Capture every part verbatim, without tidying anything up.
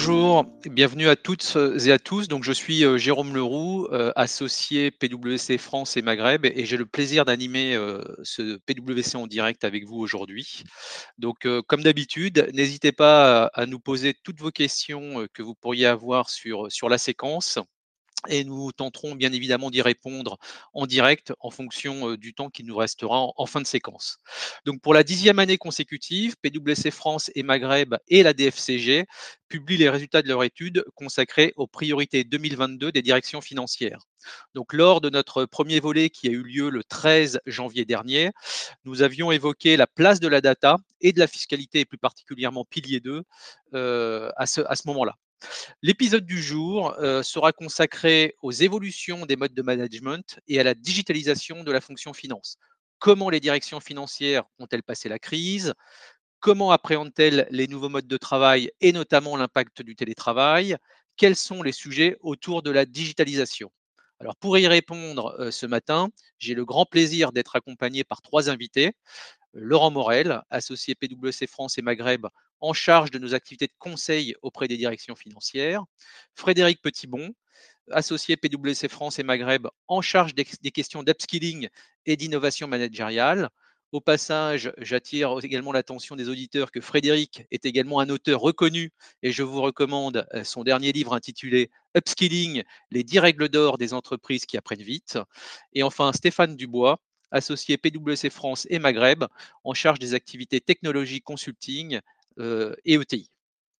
Bonjour, bienvenue à toutes et à tous. Donc, je suis euh, Jérôme Leroux, euh, associé P W C France et Maghreb, et j'ai le plaisir d'animer euh, ce P W C en direct avec vous aujourd'hui. Donc, euh, comme d'habitude, n'hésitez pas à, à nous poser toutes vos questions euh, que vous pourriez avoir sur, sur la séquence. Et nous tenterons bien évidemment d'y répondre en direct en fonction euh, du temps qui nous restera en, en fin de séquence. Donc pour la dixième année consécutive, P W C France et Maghreb et la D F C G publient les résultats de leur étude consacrée aux priorités deux mille vingt-deux des directions financières. Donc lors de notre premier volet qui a eu lieu le treize janvier dernier, nous avions évoqué la place de la data et de la fiscalité, et plus particulièrement pilier deux, euh, à ce, à ce moment-là. L'épisode du jour euh, sera consacré aux évolutions des modes de management et à la digitalisation de la fonction finance. Comment les directions financières ont-elles passé la crise? Comment appréhendent-elles les nouveaux modes de travail et notamment l'impact du télétravail? Quels sont les sujets autour de la digitalisation? Alors pour y répondre euh, ce matin, j'ai le grand plaisir d'être accompagné par trois invités. Laurent Morel, associé P W C France et Maghreb, en charge de nos activités de conseil auprès des directions financières. Frédéric Petitbon, associé P W C France et Maghreb, en charge des, des questions d'upskilling et d'innovation managériale. Au passage, j'attire également l'attention des auditeurs que Frédéric est également un auteur reconnu et je vous recommande euh, son dernier livre intitulé Upskilling, les dix règles d'or des entreprises qui apprennent vite. Et enfin, Stéphane Dubois, associé P W C France et Maghreb, en charge des activités technologie consulting euh, et E T I.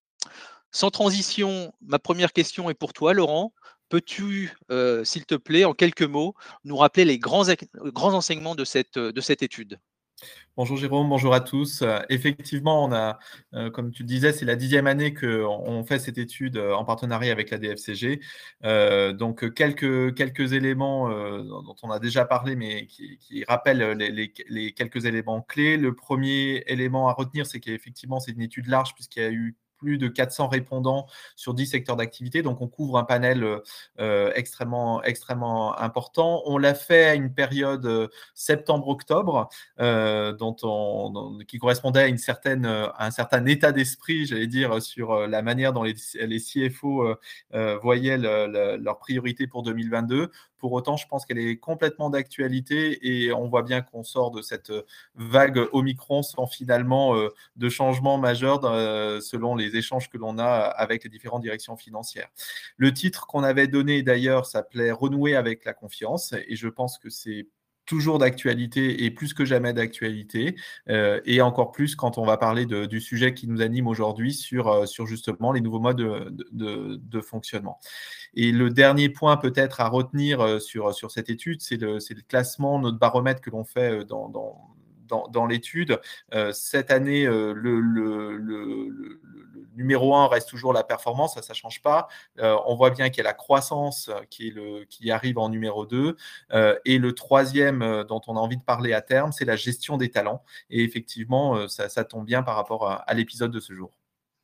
Sans transition, ma première question est pour toi, Laurent. Peux-tu, euh, s'il te plaît, en quelques mots, nous rappeler les grands, grands enseignements de cette, de cette étude? Bonjour Jérôme, bonjour à tous. Euh, effectivement, on a, euh, comme tu le disais, c'est la dixième année qu'on fait cette étude euh, en partenariat avec la D F C G. Euh, donc quelques, quelques éléments euh, dont on a déjà parlé, mais qui, qui rappellent les, les, les quelques éléments clés. Le premier élément à retenir, c'est qu'effectivement, c'est une étude large puisqu'il y a eu plus de quatre cents répondants sur dix secteurs d'activité. Donc, on couvre un panel euh, extrêmement, extrêmement important. On l'a fait à une période euh, septembre-octobre, euh, dont on, dont, qui correspondait à, une certaine, à un certain état d'esprit, j'allais dire, sur la manière dont les, les C F O euh, euh, voyaient le, le, leurs priorités pour deux mille vingt-deux. Pour autant, je pense qu'elle est complètement d'actualité et on voit bien qu'on sort de cette vague Omicron sans finalement euh, de changements majeurs euh, selon les échanges que l'on a avec les différentes directions financières. Le titre qu'on avait donné d'ailleurs s'appelait « Renouer avec la confiance » et je pense que c'est toujours d'actualité et plus que jamais d'actualité, euh, et encore plus quand on va parler de, du sujet qui nous anime aujourd'hui sur, euh, sur justement les nouveaux modes de, de, de fonctionnement. Et le dernier point peut-être à retenir sur, sur cette étude, c'est le, c'est le classement, notre baromètre que l'on fait dans, dans Dans, dans l'étude. Euh, cette année, euh, le, le, le, le, le numéro un reste toujours la performance, ça ne change pas. Euh, on voit bien qu'il y a la croissance qui, est le, qui arrive en numéro deux. Euh, et le troisième euh, dont on a envie de parler à terme, c'est la gestion des talents. Et effectivement, euh, ça, ça tombe bien par rapport à, à l'épisode de ce jour.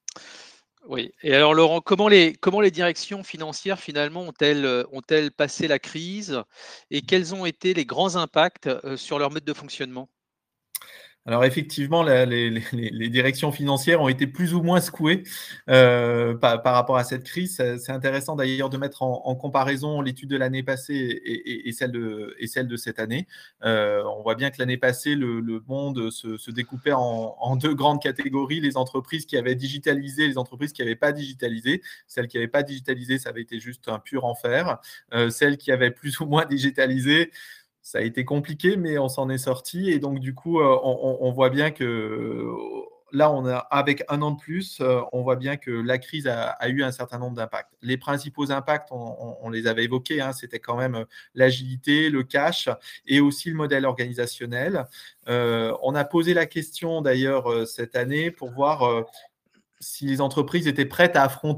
Oui. Et alors, Laurent, comment les, comment les directions financières, finalement, ont-elles, ont-elles passé la crise et quels ont été les grands impacts euh, sur leur mode de fonctionnement? Alors effectivement, la, les, les, les directions financières ont été plus ou moins secouées euh, par, par rapport à cette crise. C'est intéressant d'ailleurs de mettre en, en comparaison l'étude de l'année passée et, et, et, celle de, et celle de cette année. Euh, on voit bien que l'année passée, le, le monde se, se découpait en, en deux grandes catégories, les entreprises qui avaient digitalisé et les entreprises qui n'avaient pas digitalisé. Celles qui n'avaient pas digitalisé, ça avait été juste un pur enfer. Euh, celles qui avaient plus ou moins digitalisé, ça a été compliqué, mais on s'en est sorti. Et donc, du coup, euh, on, on, voit bien que là, on a, avec un an de plus, euh, on voit bien que la crise a, a eu un certain nombre d'impacts. Les principaux impacts, on, on, on les avait évoqués, hein, c'était quand même l'agilité, le cash et aussi le modèle organisationnel. Euh, on a posé la question d'ailleurs cette année pour voir euh, si les entreprises étaient prêtes à affronter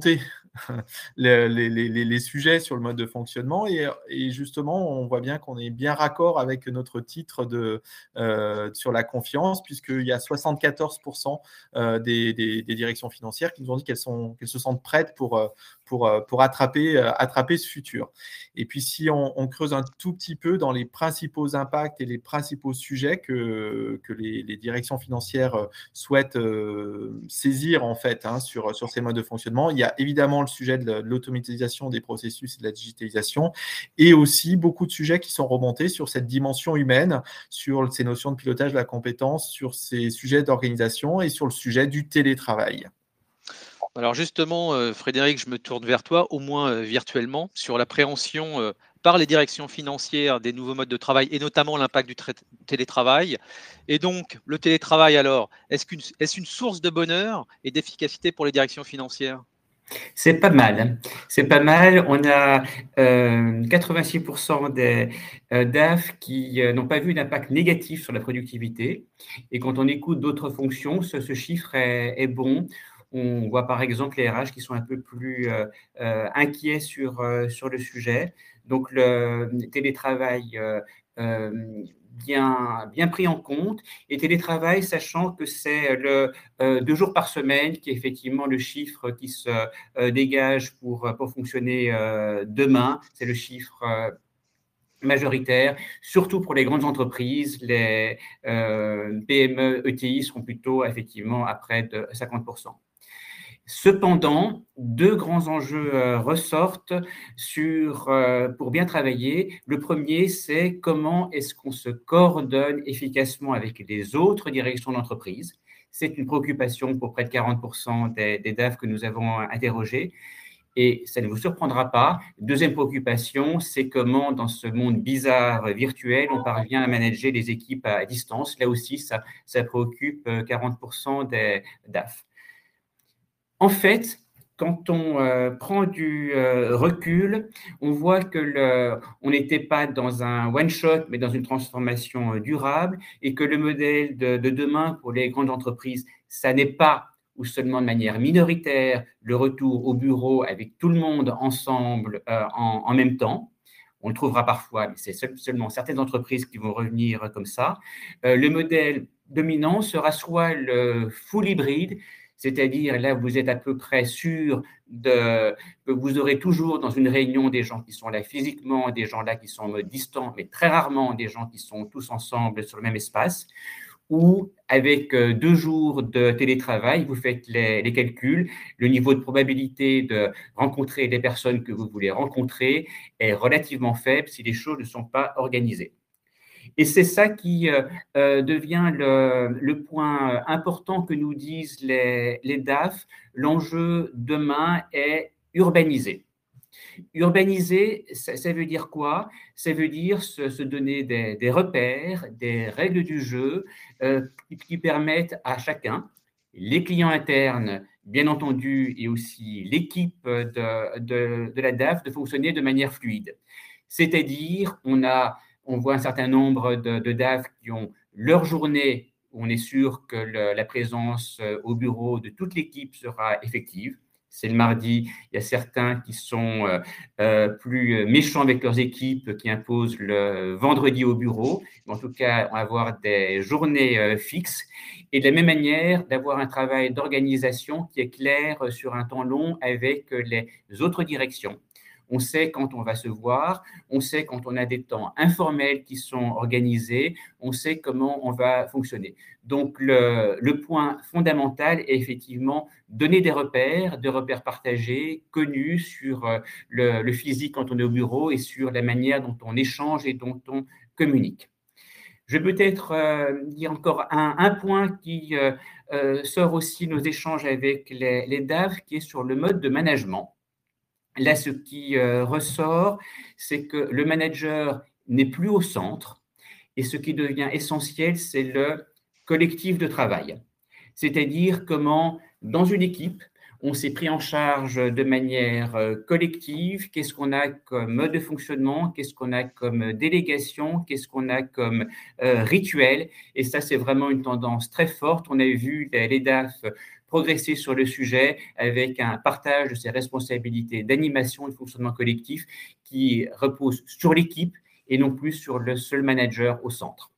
les, les, les, les sujets sur le mode de fonctionnement. Et, et justement, on voit bien qu'on est bien raccord avec notre titre de, euh, sur la confiance, puisqu'il y a soixante-quatorze pour cent euh, des, des, des directions financières qui nous ont dit qu'elles sont, qu'elles se sentent prêtes pour, pour, pour attraper, attraper ce futur. Et puis, si on, on creuse un tout petit peu dans les principaux impacts et les principaux sujets que, que les, les directions financières souhaitent euh, saisir en fait hein, sur, sur ces modes de fonctionnement, il y a évidemment le sujet de l'automatisation des processus et de la digitalisation, et aussi beaucoup de sujets qui sont remontés sur cette dimension humaine, sur ces notions de pilotage de la compétence, sur ces sujets d'organisation et sur le sujet du télétravail. Alors justement, euh, Frédéric, je me tourne vers toi, au moins euh, virtuellement, sur l'appréhension euh, par les directions financières des nouveaux modes de travail et notamment l'impact du télétravail. Et donc, le télétravail, alors, est-ce qu'une, est-ce une source de bonheur et d'efficacité pour les directions financières ? C'est pas mal. C'est pas mal. On a euh, quatre-vingt-six pour cent des euh, D A F qui euh, n'ont pas vu d'impact négatif sur la productivité. Et quand on écoute d'autres fonctions, ce, ce chiffre est, est bon. On voit par exemple les R H qui sont un peu plus euh, euh, inquiets sur, euh, sur le sujet. Donc, le télétravail euh, euh, bien, bien pris en compte. Et télétravail, sachant que c'est le euh, deux jours par semaine qui est effectivement le chiffre qui se euh, dégage pour, pour fonctionner euh, demain. C'est le chiffre euh, majoritaire, surtout pour les grandes entreprises. Les euh, P M E, E T I seront plutôt effectivement à près de cinquante pour cent. Cependant, deux grands enjeux euh, ressortent sur, euh, pour bien travailler. Le premier, c'est comment est-ce qu'on se coordonne efficacement avec les autres directions d'entreprise. C'est une préoccupation pour près de quarante pour cent des, des D A F que nous avons interrogés. Et ça ne vous surprendra pas. Deuxième préoccupation, c'est comment, dans ce monde bizarre virtuel, on parvient à manager les équipes à distance. Là aussi, ça, ça préoccupe quarante pour cent des D A F. En fait, quand on euh, prend du euh, recul, on voit que le, on n'était pas dans un one-shot, mais dans une transformation euh, durable, et que le modèle de, de demain pour les grandes entreprises, ça n'est pas ou seulement de manière minoritaire le retour au bureau avec tout le monde ensemble euh, en, en même temps. On le trouvera parfois, mais c'est seul, seulement certaines entreprises qui vont revenir comme ça. Euh, le modèle dominant sera soit le full hybride, c'est-à-dire là, vous êtes à peu près sûr de, que vous aurez toujours dans une réunion des gens qui sont là physiquement, des gens là qui sont en mode distant, mais très rarement des gens qui sont tous ensemble sur le même espace, ou avec deux jours de télétravail, vous faites les, les calculs, le niveau de probabilité de rencontrer les personnes que vous voulez rencontrer est relativement faible si les choses ne sont pas organisées. Et c'est ça qui euh, devient le, le point important que nous disent les, les D A F. L'enjeu demain est urbaniser. Urbaniser, ça, ça veut dire quoi? Ça veut dire se, se donner des, des repères, des règles du jeu euh, qui, qui permettent à chacun, les clients internes, bien entendu, et aussi l'équipe de, de, de la D A F, de fonctionner de manière fluide. C'est-à-dire, on a On voit un certain nombre de, de D A F qui ont leur journée où on est sûr que le, la présence au bureau de toute l'équipe sera effective. C'est le mardi. Il y a certains qui sont euh, euh, plus méchants avec leurs équipes, qui imposent le vendredi au bureau. Mais en tout cas, on va avoir des journées euh, fixes. Et de la même manière, d'avoir un travail d'organisation qui est clair sur un temps long avec les autres directions. On sait quand on va se voir, on sait quand on a des temps informels qui sont organisés, on sait comment on va fonctionner. Donc, le, le point fondamental est effectivement donner des repères, des repères partagés, connus sur le, le physique quand on est au bureau et sur la manière dont on échange et dont on communique. Je vais peut-être euh, dire encore un, un point qui euh, euh, sort aussi de nos échanges avec les, les D A F, qui est sur le mode de management. Là, ce qui euh, ressort, c'est que le manager n'est plus au centre et ce qui devient essentiel, c'est le collectif de travail. C'est-à-dire comment, dans une équipe, on s'est pris en charge de manière euh, collective, qu'est-ce qu'on a comme mode de fonctionnement, qu'est-ce qu'on a comme délégation, qu'est-ce qu'on a comme euh, rituel. Et ça, c'est vraiment une tendance très forte. On a vu les, les D A F progresser sur le sujet avec un partage de ses responsabilités d'animation et de fonctionnement collectif qui repose sur l'équipe et non plus sur le seul manager au centre.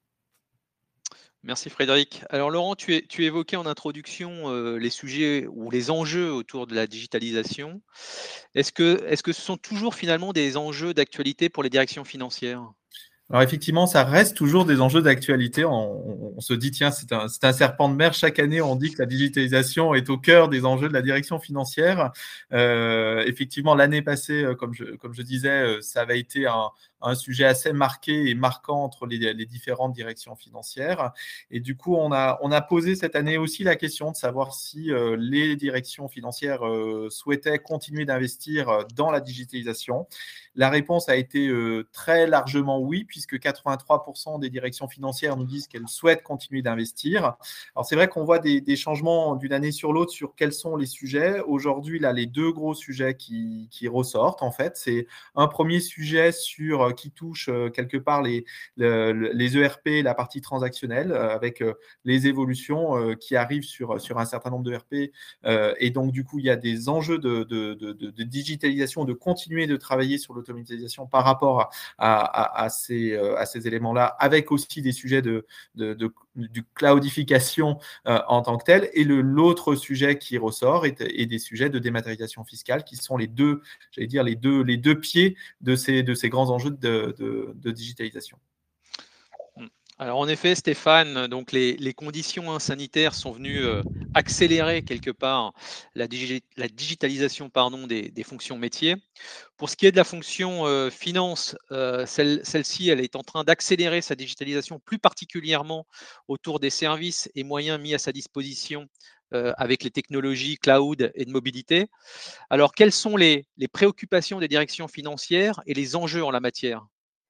Merci Frédéric. Alors Laurent, tu, es- tu évoquais en introduction euh, les sujets ou les enjeux autour de la digitalisation. Est-ce que, est-ce que ce sont toujours finalement des enjeux d'actualité pour les directions financières? Alors effectivement, ça reste toujours des enjeux d'actualité. On, on- on se dit, tiens, c'est un, c'est un serpent de mer. Chaque année, on dit que la digitalisation est au cœur des enjeux de la direction financière. Euh, effectivement, l'année passée, euh, comme je, comme je disais, euh, ça avait été un, un sujet assez marqué et marquant entre les, les différentes directions financières. Et du coup, on a, on a posé cette année aussi la question de savoir si euh, les directions financières euh, souhaitaient continuer d'investir euh, dans la digitalisation. La réponse a été euh, très largement oui, puisque quatre-vingt-trois pour cent des directions financières nous disent qu'elles souhaitent continuer d'investir. Alors c'est vrai qu'on voit des, des changements d'une année sur l'autre sur quels sont les sujets. Aujourd'hui, là, les deux gros sujets qui, qui ressortent, en fait, c'est un premier sujet sur, euh, qui touche euh, quelque part les, le, les E R P, la partie transactionnelle, euh, avec euh, les évolutions euh, qui arrivent sur, sur un certain nombre de E R P. Euh, et donc, du coup, il y a des enjeux de, de, de, de, de digitalisation, de continuer de travailler sur l'automatisation par rapport à, à, à ces, euh, à ces éléments-là, avec aussi des sujets de, de, de, de cloudification euh, en tant que tel. Et le, l'autre sujet qui ressort est, est des sujets de dématérialisation fiscale, qui sont les deux, j'allais dire, les deux, les deux pieds de ces, de ces grands enjeux de, de, de digitalisation. Mm. Alors en effet, Stéphane, donc les, les conditions hein, sanitaires sont venues euh, accélérer quelque part la, digi- la digitalisation pardon, des, des fonctions métiers. Pour ce qui est de la fonction euh, finance, euh, celle, celle-ci, elle est en train d'accélérer sa digitalisation, plus particulièrement autour des services et moyens mis à sa disposition euh, avec les technologies cloud et de mobilité. Alors, quelles sont les, les préoccupations des directions financières et les enjeux en la matière?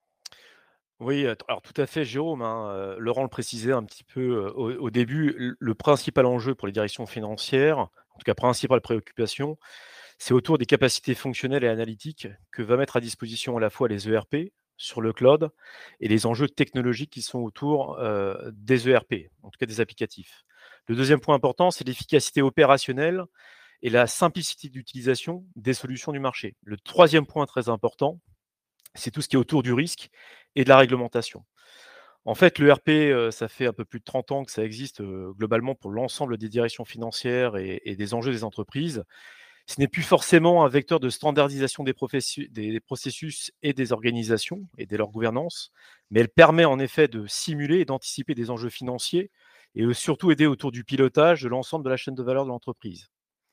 Oui, heu, alors tout à fait Jérôme, hein, heu, Laurent le précisait un petit peu, heu, au au début, l le principal enjeu pour les directions financières, en tout cas principale préoccupation, c'est autour des capacités fonctionnelles et analytiques que va mettre à disposition à la fois les E R P sur le cloud et les enjeux technologiques qui sont autour, heu, des E R P, en tout cas des applicatifs. Le deuxième point important, c'est l'efficacité opérationnelle et la simplicité d'utilisation des solutions du marché. Le troisième point très important, c'est tout ce qui est autour du risque et de la réglementation. En fait, l'E R P, heu, ça fait un peu plus de trente ans que ça existe, heu, globalement pour l'ensemble des directions financières et et des enjeux des entreprises. Ce n'est plus forcément un vecteur de standardisation des professu des processus et des organisations et de leur gouvernance, mais elle permet en effet de simuler et d'anticiper des enjeux financiers et heu, surtout aider autour du pilotage de l'ensemble de la chaîne de valeur de l'entreprise.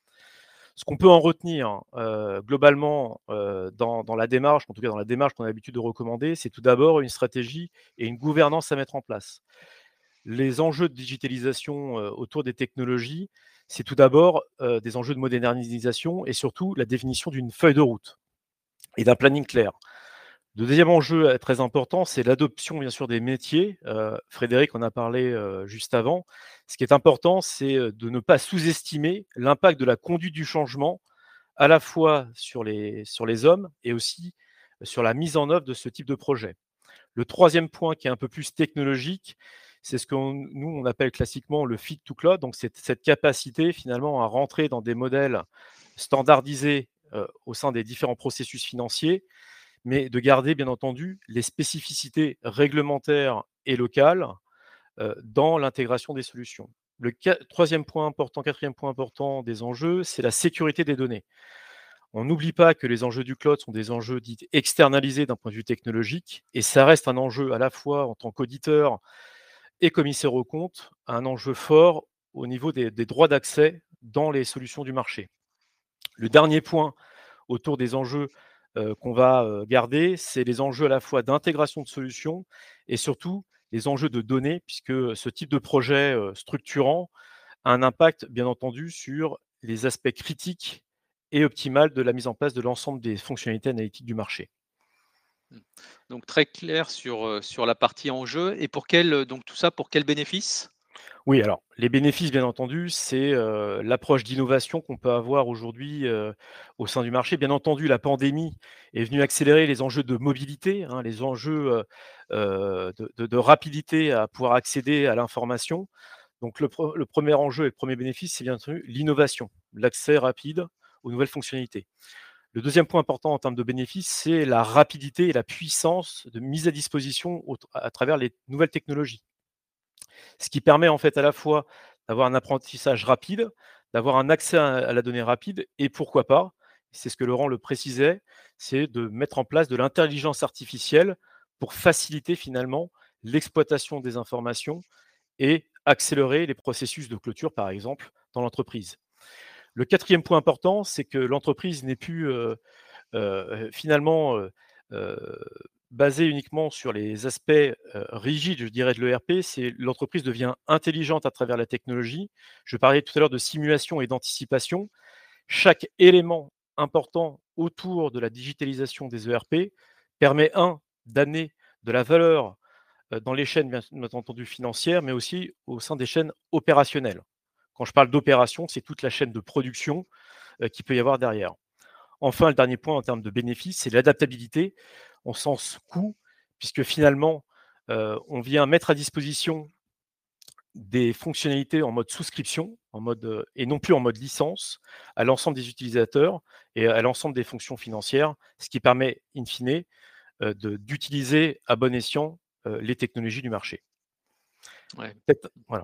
Ce qu'on peut en retenir, heu, globalement, heu, dans dans la démarche, en tout cas dans la démarche qu'on a l'habitude de recommander, c'est tout d'abord une stratégie et une gouvernance à mettre en place. Les enjeux de digitalisation, heu, autour des technologies, c'est tout d'abord, heu, des enjeux de modernisation et surtout la définition d'une feuille de route et d'un planning clair. Le deuxième enjeu, heu, très important, c'est l'adoption bien sûr des métiers. Heu, Frédéric en a parlé, heu, juste avant. Ce qui est important, c'est, heu, de ne pas sous-estimer l'impact de la conduite du changement, à la fois sur les sur les hommes et aussi sur la mise en œuvre de ce type de projet. Le troisième point qui est un peu plus technologique, c'est ce que nous, on appelle classiquement le fit to cloud. Donc c'est cette capacité finalement à rentrer dans des modèles standardisés, heu, au sein des différents processus financiers, mais de garder bien entendu les spécificités réglementaires et locales, heu, dans l'intégration des solutions. Le qua troisième point important, quatrième point important des enjeux, c'est la sécurité des données. On n'oublie pas que les enjeux du cloud sont des enjeux dits externalisés d'un point de vue technologique et ça reste un enjeu à la fois en tant qu'auditeur et commissaire aux comptes, un enjeu fort au niveau des des droits d'accès dans les solutions du marché. Le dernier point autour des enjeux, heu, qu'on va, heu, garder, c'est les enjeux à la fois d'intégration de solutions et surtout les enjeux de données puisque ce type de projet, heu, structurant a un impact bien entendu sur les aspects critiques et optimales de la mise en place de l'ensemble des fonctionnalités analytiques du marché. Mmh. Donc très clair sur, heu, sur la partie enjeu et pour quel, heu, donc tout ça pour quel bénéfice? Oui, alors les bénéfices, bien entendu, c'est, heu, l'approche d'innovation qu'on peut avoir aujourd'hui, heu, au sein du marché. Bien entendu, la pandémie est venue accélérer les enjeux de mobilité, hein, les enjeux, heu heu, de de de rapidité à pouvoir accéder à l'information. Donc le pre le premier enjeu et le premier bénéfice, c'est bien entendu l'innovation, l'accès rapide aux nouvelles fonctionnalités. Le deuxième point important en termes de bénéfices, c'est la rapidité et la puissance de mise à disposition au à travers les nouvelles technologies. Ce qui permet en fait à la fois d'avoir un apprentissage rapide, d'avoir un accès à à la donnée rapide et pourquoi pas, c'est ce que Laurent le précisait, c'est de mettre en place de l'intelligence artificielle pour faciliter finalement l'exploitation des informations et accélérer les processus de clôture, par exemple, dans l'entreprise. Le quatrième point important, c'est que l'entreprise n'est plus, heu heu, finalement, heu heu, basée uniquement sur les aspects, heu, rigides, je dirais, de l'E R P. C'est l'entreprise devient intelligente à travers la technologie. Je parlais tout à l'heure de simulation et d'anticipation. Chaque élément important autour de la digitalisation des E R P permet, un, d'amener de la valeur, heu, dans les chaînes, bien bien entendu financières, mais aussi au sein des chaînes opérationnelles. Quand je parle d'opération, c'est toute la chaîne de production, heu, qu'il peut y avoir derrière. Enfin, le dernier point en termes de bénéfices, c'est l'adaptabilité en sens coût, puisque finalement, heu, on vient mettre à disposition des fonctionnalités en mode souscription, en mode, heu et non plus en mode licence, à l'ensemble des utilisateurs et à l'ensemble des fonctions financières, ce qui permet in fine, heu, de d'utiliser à bon escient, heu, les technologies du marché. Ouais. Peut-être voilà.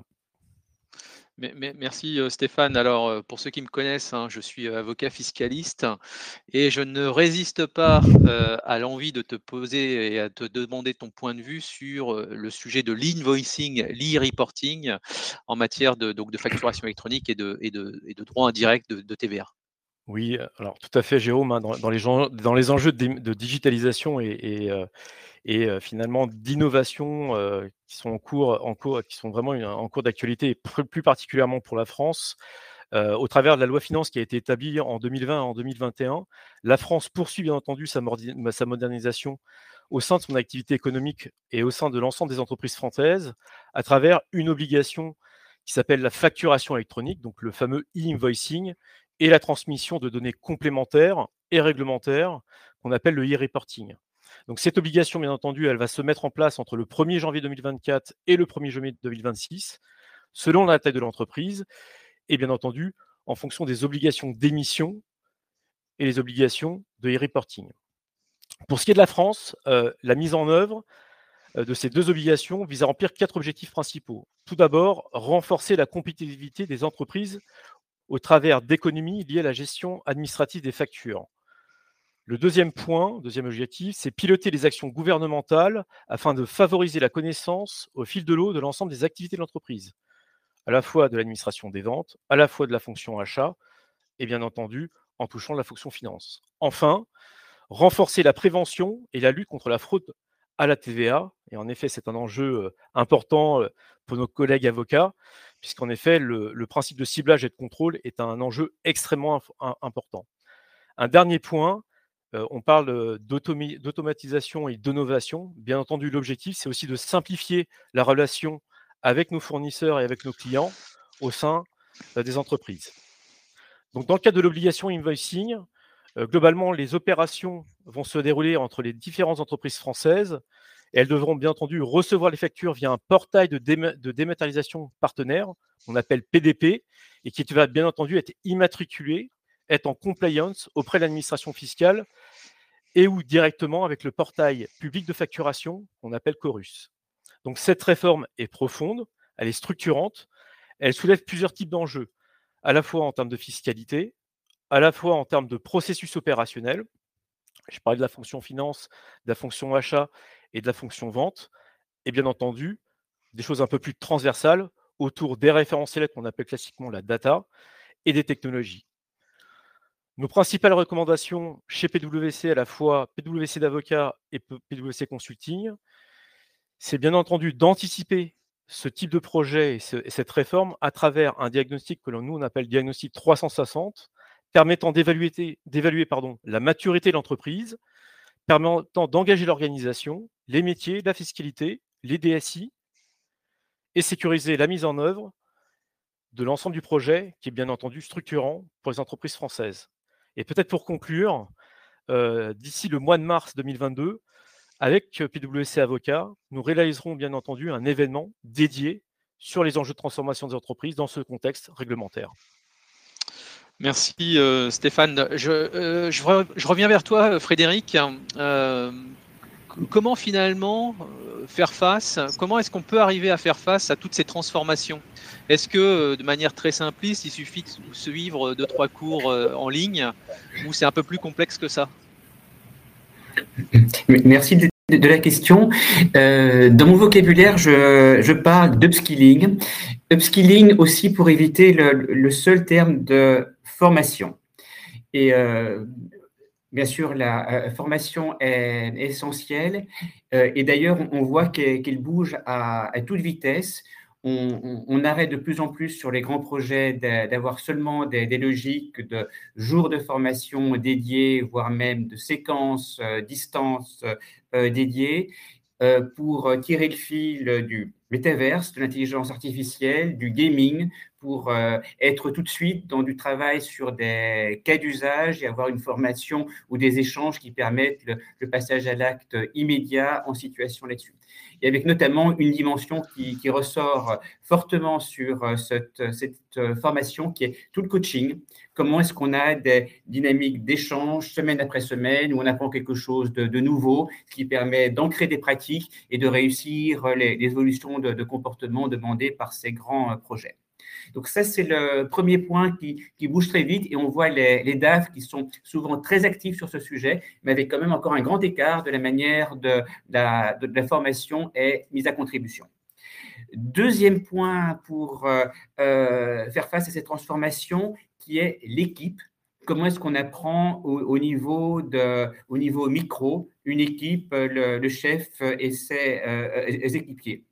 Mais mais merci, heu, Stéphane. Alors, heu, pour ceux qui me connaissent, hein, je suis, heu, avocat fiscaliste et je ne résiste pas, heu, à l'envie de te poser et à te demander ton point de vue sur, heu, le sujet de l'invoicing, l'e-reporting en matière de donc de facturation électronique et de et de et de droit indirect de de T V A. Oui, heu, alors tout à fait Jérôme, hein, dans dans les gen dans les enjeux de dé de digitalisation et et heu et heu, finalement d'innovation, heu, qui sont en cours en cours qui sont vraiment une en cours d'actualité et pr plus particulièrement pour la France, heu, au travers de la loi finance qui a été établie en deux mille vingt et en deux mille vingt et un. La France poursuit bien entendu sa mordi sa modernisation au sein de son activité économique et au sein de l'ensemble des entreprises françaises, à travers une obligation qui s'appelle la facturation électronique, donc le fameux e-invoicing et la transmission de données complémentaires et réglementaires qu'on appelle le e-reporting. Donc cette obligation, bien entendu, elle va se mettre en place entre le premier janvier deux mille vingt-quatre et le premier janvier deux mille vingt-six, selon la taille de l'entreprise et bien entendu en fonction des obligations d'émission et les obligations de e-reporting. Pour ce qui est de la France, heu, la mise en œuvre, heu, de ces deux obligations vise à remplir quatre objectifs principaux. Tout d'abord, renforcer la compétitivité des entreprises au travers d'économies liées à la gestion administrative des factures. Le deuxième point, deuxième objectif, c'est piloter les actions gouvernementales afin de favoriser la connaissance au fil de l'eau de l'ensemble des activités de l'entreprise, à la fois de l'administration des ventes, à la fois de la fonction achat et bien entendu en touchant la fonction finance. Enfin, renforcer la prévention et la lutte contre la fraude à la T V A. Et en effet, c'est un enjeu euh, important euh, pour nos collègues avocats, puisqu'en effet, le, le principe de ciblage et de contrôle est un enjeu extrêmement inf- un- important. Un dernier point, euh, on parle euh, d'automi- d'automatisation et d'innovation. Bien entendu, l'objectif, c'est aussi de simplifier la relation avec nos fournisseurs et avec nos clients au sein euh, des entreprises. Donc, dans le cadre de l'obligation invoicing, heu, globalement, les opérations vont se dérouler entre les différentes entreprises françaises et elles devront bien entendu recevoir les factures via un portail de déma de dématérialisation partenaire, qu'on appelle P D P et qui va bien entendu être immatriculé, être en compliance auprès de l'administration fiscale et ou directement avec le portail public de facturation qu'on appelle Chorus. Donc cette réforme est profonde, elle est structurante, elle soulève plusieurs types d'enjeux, à la fois en termes de fiscalité, à la fois en termes de processus opérationnels. Je parlais de la fonction finance, de la fonction achat et de la fonction vente. Et bien entendu, des choses un peu plus transversales autour des référentiels qu'on appelle classiquement la data et des technologies. Nos principales recommandations chez P W C, à la fois P W C d'avocat et P W C Consulting, c'est bien entendu d'anticiper ce type de projet et, ce- et cette réforme à travers un diagnostic que l'on nous on appelle diagnostic trois cent soixante, permettant d'évaluer d'évaluer, pardon, la maturité de l'entreprise, permettant d'engager l'organisation, les métiers, la fiscalité, les D S I et sécuriser la mise en œuvre de l'ensemble du projet, qui est bien entendu structurant pour les entreprises françaises. Et peut-être pour conclure, euh, d'ici le mois de mars deux mille vingt-deux, avec P W C Avocat, nous réaliserons bien entendu un événement dédié sur les enjeux de transformation des entreprises dans ce contexte réglementaire. Merci euh, Stéphane. Je, euh, je, re, je reviens vers toi Frédéric. Euh, comment finalement euh, faire face, comment est-ce qu'on peut arriver à faire face à toutes ces transformations? Est-ce que euh, de manière très simpliste, il suffit de suivre deux, trois cours euh, en ligne ou c'est un peu plus complexe que ça? Merci de, de la question. Euh, dans mon vocabulaire, je, je parle d'upskilling. Upskilling aussi pour éviter le, le seul terme de formation. Et euh, bien sûr, la euh, formation est essentielle. Euh, et d'ailleurs, on, on voit qu'elle qu'elle bouge à, à toute vitesse. On, on, on arrête de plus en plus sur les grands projets d'avoir seulement des, des logiques de jours de formation dédiés, voire même de séquences, euh, distances euh, dédiées, euh, pour tirer le fil du métaverse, de l'intelligence artificielle, du gaming, pour euh, être tout de suite dans du travail sur des cas d'usage et avoir une formation ou des échanges qui permettent le, le passage à l'acte immédiat en situation là-dessus. Et avec notamment une dimension qui, qui ressort fortement sur cette, cette formation qui est tout le coaching. Comment est-ce qu'on a des dynamiques d'échange semaine après semaine où on apprend quelque chose de, de nouveau, ce qui permet d'ancrer des pratiques et de réussir les, les évolutions de, de comportement demandées par ces grands projets. Donc ça, c'est le premier point qui, qui bouge très vite et on voit les, les D A F qui sont souvent très actifs sur ce sujet, mais avec quand même encore un grand écart de la manière de la, de la formation est mise à contribution. Deuxième point pour euh, euh, faire face à ces transformations, qui est l'équipe. Comment est-ce qu'on apprend au, au, niveau de, au niveau micro, une équipe, le, le chef et ses, euh, ses équipiers.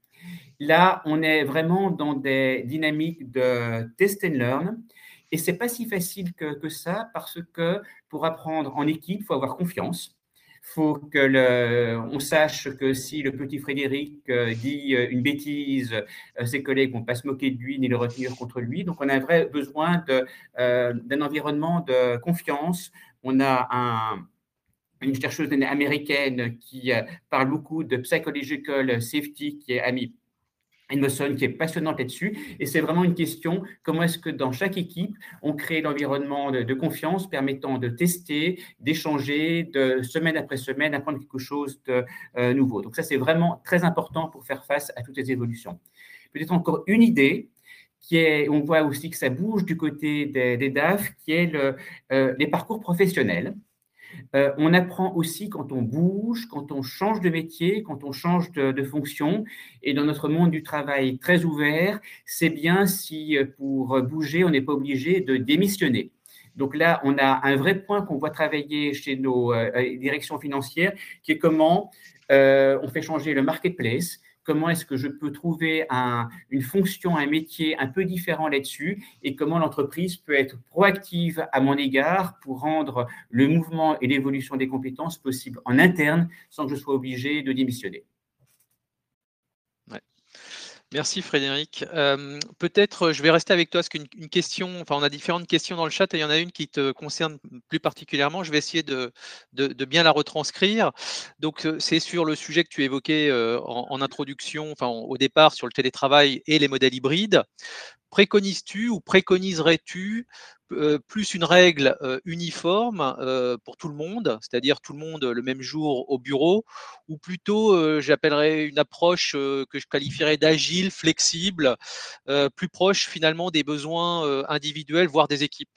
Là, on est vraiment dans des dynamiques de test and learn et ce n'est pas si facile que, que ça parce que pour apprendre en équipe, il faut avoir confiance. Il faut que le, on sache que si le petit Frédéric dit une bêtise, ses collègues ne vont pas se moquer de lui ni le retenir contre lui. Donc, on a un vrai besoin de, euh, d'un environnement de confiance. On a un, une chercheuse américaine qui parle beaucoup de psychological safety, qui est amie Emerson, qui est passionnante là-dessus. Et c'est vraiment une question, comment est-ce que dans chaque équipe, on crée l'environnement de, de confiance permettant de tester, d'échanger, de semaine après semaine, apprendre quelque chose de euh, nouveau. Donc ça, c'est vraiment très important pour faire face à toutes les évolutions. Peut-être encore une idée, qui est, on voit aussi que ça bouge du côté des, des D A F, qui est le, euh, les parcours professionnels. Euh, on apprend aussi quand on bouge, quand on change de métier, quand on change de, de fonction. Et dans notre monde du travail très ouvert, c'est bien si pour bouger, on n'est pas obligé de démissionner. Donc là, on a un vrai point qu'on voit travailler chez nos euh, directions financières, qui est comment euh, on fait changer le marketplace. Comment est-ce que je peux trouver un, une fonction, un métier un peu différent là-dessus et comment l'entreprise peut être proactive à mon égard pour rendre le mouvement et l'évolution des compétences possibles en interne sans que je sois obligé de démissionner. Ouais. Merci Frédéric. Euh, peut-être je vais rester avec toi parce qu'une une question, enfin on a différentes questions dans le chat et il y en a une qui te concerne plus particulièrement. Je vais essayer de, de, de bien la retranscrire. Donc c'est sur le sujet que tu évoquais euh, en, en introduction, enfin au départ sur le télétravail et les modèles hybrides. Préconises-tu ou préconiserais-tu euh, plus une règle euh, uniforme euh, pour tout le monde, c'est-à-dire tout le monde le même jour au bureau, ou plutôt euh, j'appellerais une approche euh, que je qualifierais d'agile, flexible, euh, plus proche finalement des besoins euh, individuels, voire des équipes?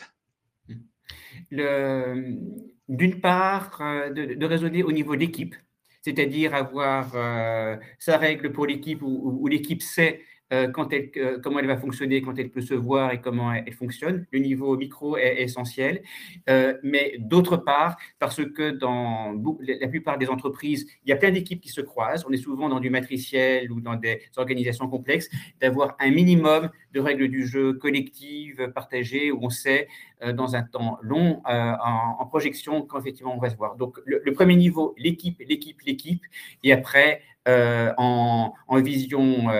D'une part, euh, de, de raisonner au niveau d'équipe, c'est-à-dire avoir euh, sa règle pour l'équipe où, où l'équipe sait Euh, quand elle, euh, comment elle va fonctionner, quand elle peut se voir et comment elle, elle fonctionne. Le niveau micro est, est essentiel. Euh, mais d'autre part, parce que dans la plupart des entreprises, il y a plein d'équipes qui se croisent. On est souvent dans du matriciel ou dans des organisations complexes, d'avoir un minimum de règles du jeu collectives, partagées, où on sait euh, dans un temps long, euh, en, en projection, quand effectivement on va se voir. Donc, le, le premier niveau, l'équipe, l'équipe, l'équipe. Et après, euh, en, en vision... Euh,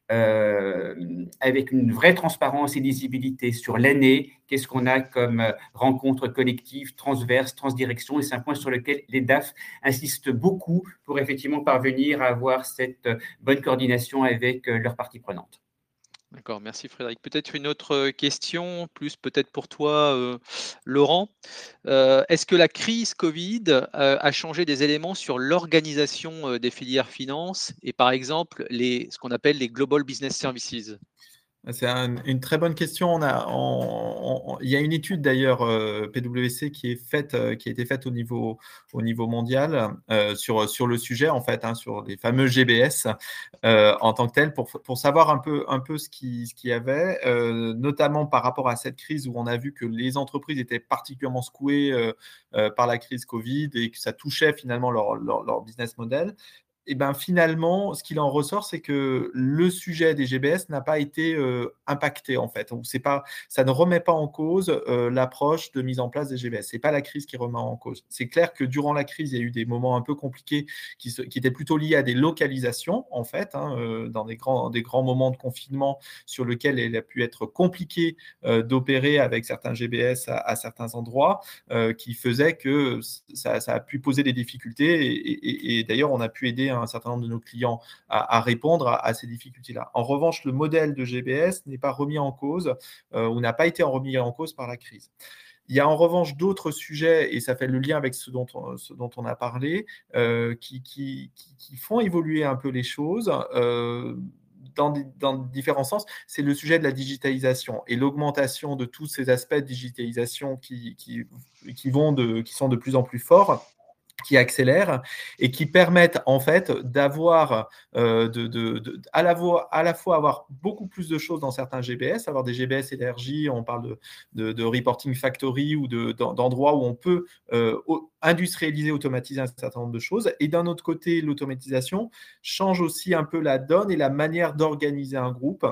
euh, avec une vraie transparence et lisibilité sur l'année, qu'est-ce qu'on a comme euh, rencontres collectives, transverses, transdirections, et c'est un point sur lequel les D A F insistent beaucoup pour effectivement parvenir à avoir cette euh, bonne coordination avec euh, leurs parties prenantes. D'accord, merci Frédéric. Peut-être une autre question, plus peut-être pour toi, euh, Laurent. Euh, est-ce que la crise Covid euh, a changé des éléments sur l'organisation euh, des filières finances et par exemple les, ce qu'on appelle les Global Business Services? C'est un, une très bonne question. On a, on, on, il y a une étude d'ailleurs euh, P W C qui est faite, euh, qui a été faite au niveau, au niveau mondial euh, sur, sur le sujet en fait, hein, sur les fameux G B S euh, en tant que tel, pour, pour savoir un peu, un peu ce qu'il ce qu'il y avait, euh, notamment par rapport à cette crise où on a vu que les entreprises étaient particulièrement secouées euh, euh, par la crise Covid et que ça touchait finalement leur, leur, leur business model. Et ben finalement, ce qu'il en ressort, c'est que le sujet des G B S n'a pas été euh, impacté en fait. Donc, c'est pas, ça ne remet pas en cause euh, l'approche de mise en place des G B S. C'est pas la crise qui remet en cause. C'est clair que durant la crise, il y a eu des moments un peu compliqués qui, se, qui étaient plutôt liés à des localisations en fait, hein, euh, dans des grands, des grands moments de confinement sur lesquels il a pu être compliqué euh, d'opérer avec certains G B S à, à certains endroits, euh, qui faisaient que ça, ça a pu poser des difficultés. Et, et, et d'ailleurs, on a pu aider un certain nombre de nos clients à, à répondre à, à ces difficultés-là. En revanche, le modèle de G B S n'est pas remis en cause euh, ou n'a pas été remis en cause par la crise. Il y a en revanche d'autres sujets, et ça fait le lien avec ce dont on, ce dont on a parlé, euh, qui, qui, qui, qui font évoluer un peu les choses. Euh, Dans, dans différents sens, c'est le sujet de la digitalisation et l'augmentation de tous ces aspects de digitalisation qui, qui, qui, vont de, qui sont de plus en plus forts, qui accélèrent et qui permettent en fait d'avoir euh, de, de, de, à, la fois, à la fois avoir beaucoup plus de choses dans certains G B S, avoir des G B S énergie, on parle de, de, de reporting factory ou de, d'endroits où on peut euh, industrialiser, automatiser un certain nombre de choses. Et d'un autre côté, l'automatisation change aussi un peu la donne et la manière d'organiser un groupe.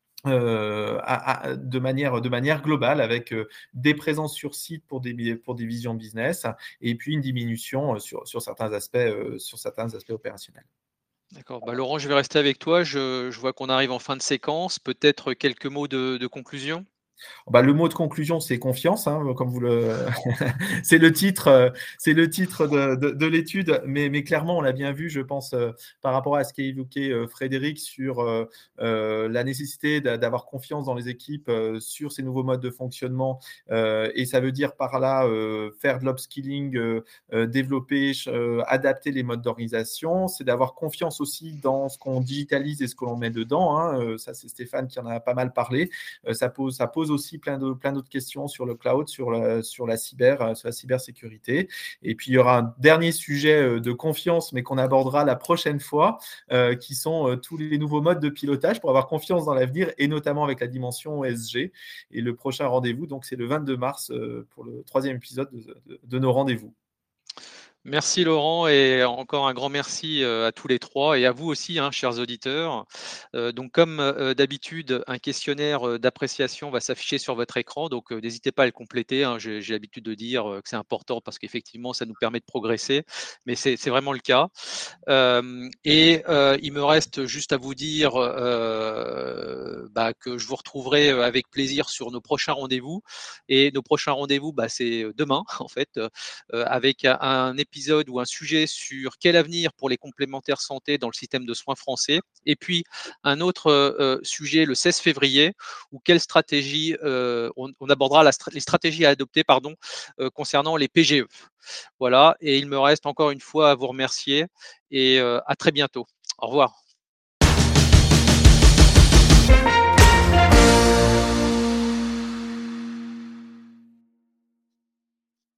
Euh, à, à, de, manière, de manière globale avec euh, des présences sur site pour des, pour des visions business et puis une diminution euh, sur, sur, certains aspects, euh, sur certains aspects opérationnels. D'accord. Bah, Laurent, je vais rester avec toi. Je, je vois qu'on arrive en fin de séquence. Peut-être quelques mots de, de conclusion? Bah, le mot de conclusion, c'est confiance, hein, comme vous le, c'est le titre, euh, c'est le titre de, de, de l'étude, mais, mais clairement, on l'a bien vu, je pense, euh, par rapport à ce qu'a évoqué euh, Frédéric sur euh, euh, la nécessité d'avoir confiance dans les équipes euh, sur ces nouveaux modes de fonctionnement, euh, et ça veut dire par là euh, faire de l'upskilling, euh, euh, développer, euh, adapter les modes d'organisation, c'est d'avoir confiance aussi dans ce qu'on digitalise et ce que l'on met dedans, hein, euh, ça c'est Stéphane qui en a pas mal parlé, euh, ça pose, ça pose aussi plein de plein d'autres questions sur le cloud, sur la, sur la cyber, sur la cybersécurité. Et puis il y aura un dernier sujet de confiance, mais qu'on abordera la prochaine fois, euh, qui sont euh, tous les nouveaux modes de pilotage pour avoir confiance dans l'avenir et notamment avec la dimension E S G. Et le prochain rendez-vous, donc c'est le vingt-deux mars euh, pour le troisième épisode de, de, de nos rendez-vous. Merci Laurent et encore un grand merci à tous les trois et à vous aussi, hein, chers auditeurs. Euh, donc comme euh, d'habitude, un questionnaire d'appréciation va s'afficher sur votre écran, donc euh, n'hésitez pas à le compléter. Hein. J'ai, j'ai l'habitude de dire que c'est important parce qu'effectivement, ça nous permet de progresser, mais c'est, c'est vraiment le cas. Euh, et euh, il me reste juste à vous dire euh, bah, que je vous retrouverai avec plaisir sur nos prochains rendez-vous. Et nos prochains rendez-vous, bah, c'est demain en fait, euh, avec un épisode épisode ou un sujet sur quel avenir pour les complémentaires santé dans le système de soins français. Et puis un autre euh, sujet le seize février où quelle stratégie euh, on, on abordera la, les stratégies à adopter pardon, euh, concernant les P G E. Voilà, et il me reste encore une fois à vous remercier et euh, à très bientôt. Au revoir.